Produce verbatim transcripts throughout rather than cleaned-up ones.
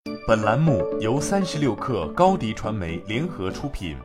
本栏目由三十六氪高迪传媒联合出品。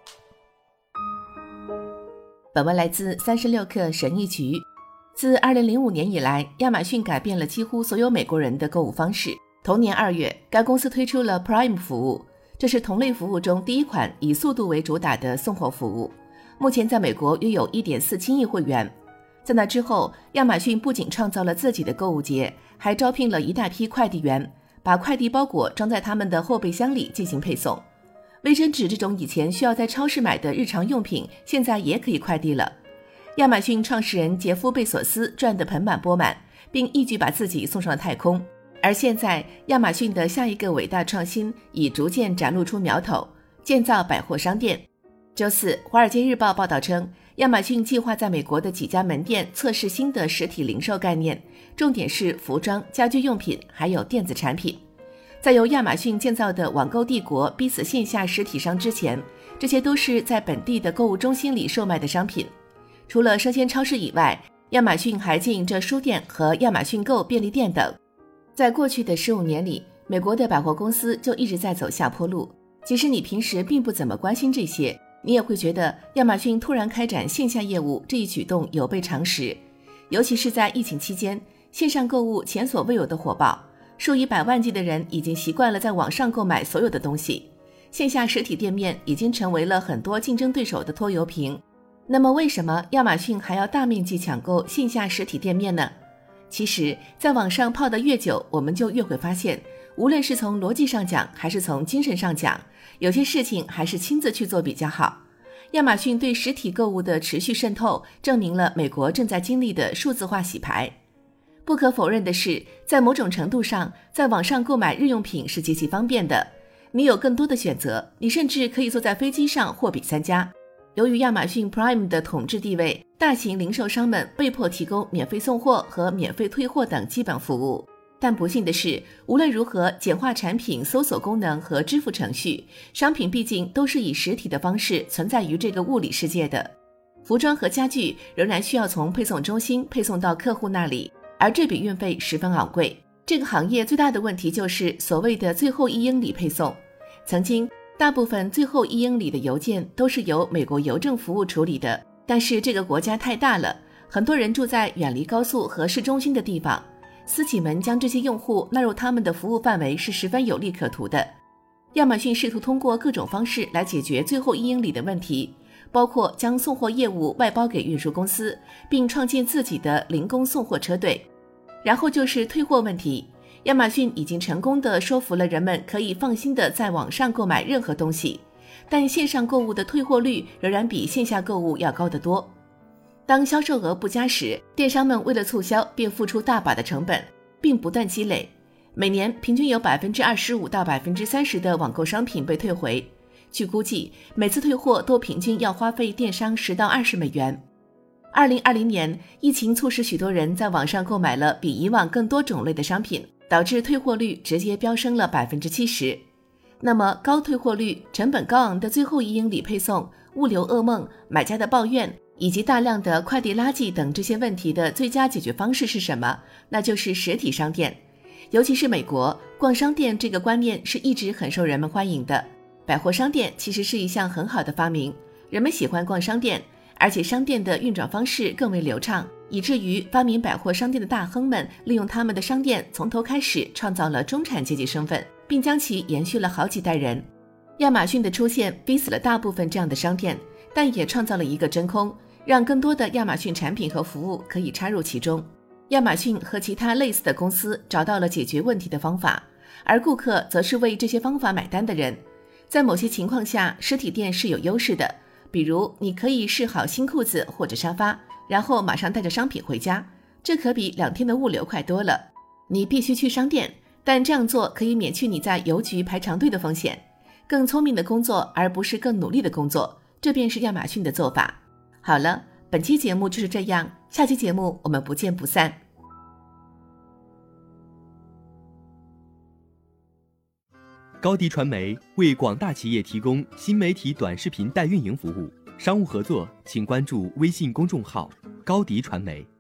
本文来自三十六氪神译局。自二零零五年以来，亚马逊改变了几乎所有美国人的购物方式。同年二月，该公司推出了 Prime 服务，这是同类服务中第一款以速度为主打的送货服务。目前在美国约有 一点四七亿会员。在那之后，亚马逊不仅创造了自己的购物节，还招聘了一大批快递员，把快递包裹装在他们的后备箱里进行配送。卫生纸这种以前需要在超市买的日常用品，现在也可以快递了。亚马逊创始人杰夫·贝索斯赚得盆满钵满，并一举把自己送上了太空。而现在，亚马逊的下一个伟大创新已逐渐展露出苗头，建造百货商店。周四，《华尔街日报》报道称，亚马逊计划在美国的几家门店测试新的实体零售概念，重点是服装、家居用品还有电子产品。在由亚马逊建造的网购帝国逼死线下实体商之前，这些都是在本地的购物中心里售卖的商品。除了生鲜超市以外，亚马逊还经营着书店和亚马逊购便利店等。在过去的十五年里，美国的百货公司就一直在走下坡路。即使你平时并不怎么关心这些，你也会觉得亚马逊突然开展线下业务这一举动有悖常识。尤其是在疫情期间，线上购物前所未有的火爆，数以百万计的人已经习惯了在网上购买所有的东西，线下实体店面已经成为了很多竞争对手的拖油瓶。那么为什么亚马逊还要大面积抢购线下实体店面呢？其实在网上泡得越久，我们就越会发现，无论是从逻辑上讲还是从精神上讲，有些事情还是亲自去做比较好。亚马逊对实体购物的持续渗透，证明了美国正在经历的数字化洗牌。不可否认的是，在某种程度上，在网上购买日用品是极其方便的，你有更多的选择，你甚至可以坐在飞机上货比三家。由于亚马逊 Prime 的统治地位，大型零售商们被迫提供免费送货和免费退货等基本服务。但不幸的是，无论如何简化产品搜索功能和支付程序，商品毕竟都是以实体的方式存在于这个物理世界的。服装和家具仍然需要从配送中心配送到客户那里，而这笔运费十分昂贵。这个行业最大的问题就是所谓的最后一英里配送。曾经大部分最后一英里的邮件都是由美国邮政服务处理的，但是这个国家太大了，很多人住在远离高速和市中心的地方，私企们将这些用户纳入他们的服务范围是十分有利可图的。亚马逊试图通过各种方式来解决最后一英里的问题，包括将送货业务外包给运输公司，并创建自己的零工送货车队。然后就是退货问题，亚马逊已经成功地说服了人们可以放心地在网上购买任何东西，但线上购物的退货率仍然比线下购物要高得多。当销售额不佳时，电商们为了促销便付出大把的成本，并不断积累。每年平均有 百分之二十五 到 百分之三十 的网购商品被退回。据估计，每次退货都平均要花费电商十到二十美元。二零二零年，疫情促使许多人在网上购买了比以往更多种类的商品，导致退货率直接飙升了 百分之七十。那么高退货率、成本高昂的最后一英里配送、物流噩梦、买家的抱怨以及大量的快递垃圾等这些问题的最佳解决方式是什么？那就是实体商店。尤其是美国，逛商店这个观念是一直很受人们欢迎的。百货商店其实是一项很好的发明，人们喜欢逛商店，而且商店的运转方式更为流畅，以至于发明百货商店的大亨们利用他们的商店从头开始创造了中产阶级身份，并将其延续了好几代人。亚马逊的出现逼死了大部分这样的商店，但也创造了一个真空，让更多的亚马逊产品和服务可以插入其中。亚马逊和其他类似的公司找到了解决问题的方法，而顾客则是为这些方法买单的人。在某些情况下，实体店是有优势的，比如你可以试好新裤子或者沙发，然后马上带着商品回家，这可比两天的物流快多了。你必须去商店，但这样做可以免去你在邮局排长队的风险。更聪明的工作而不是更努力的工作，这便是亚马逊的做法。好了，本期节目就是这样，下期节目我们不见不散。 高迪传媒为广大企业提供新媒体短视频代运营服务，商务合作请关注微信公众号高迪传媒。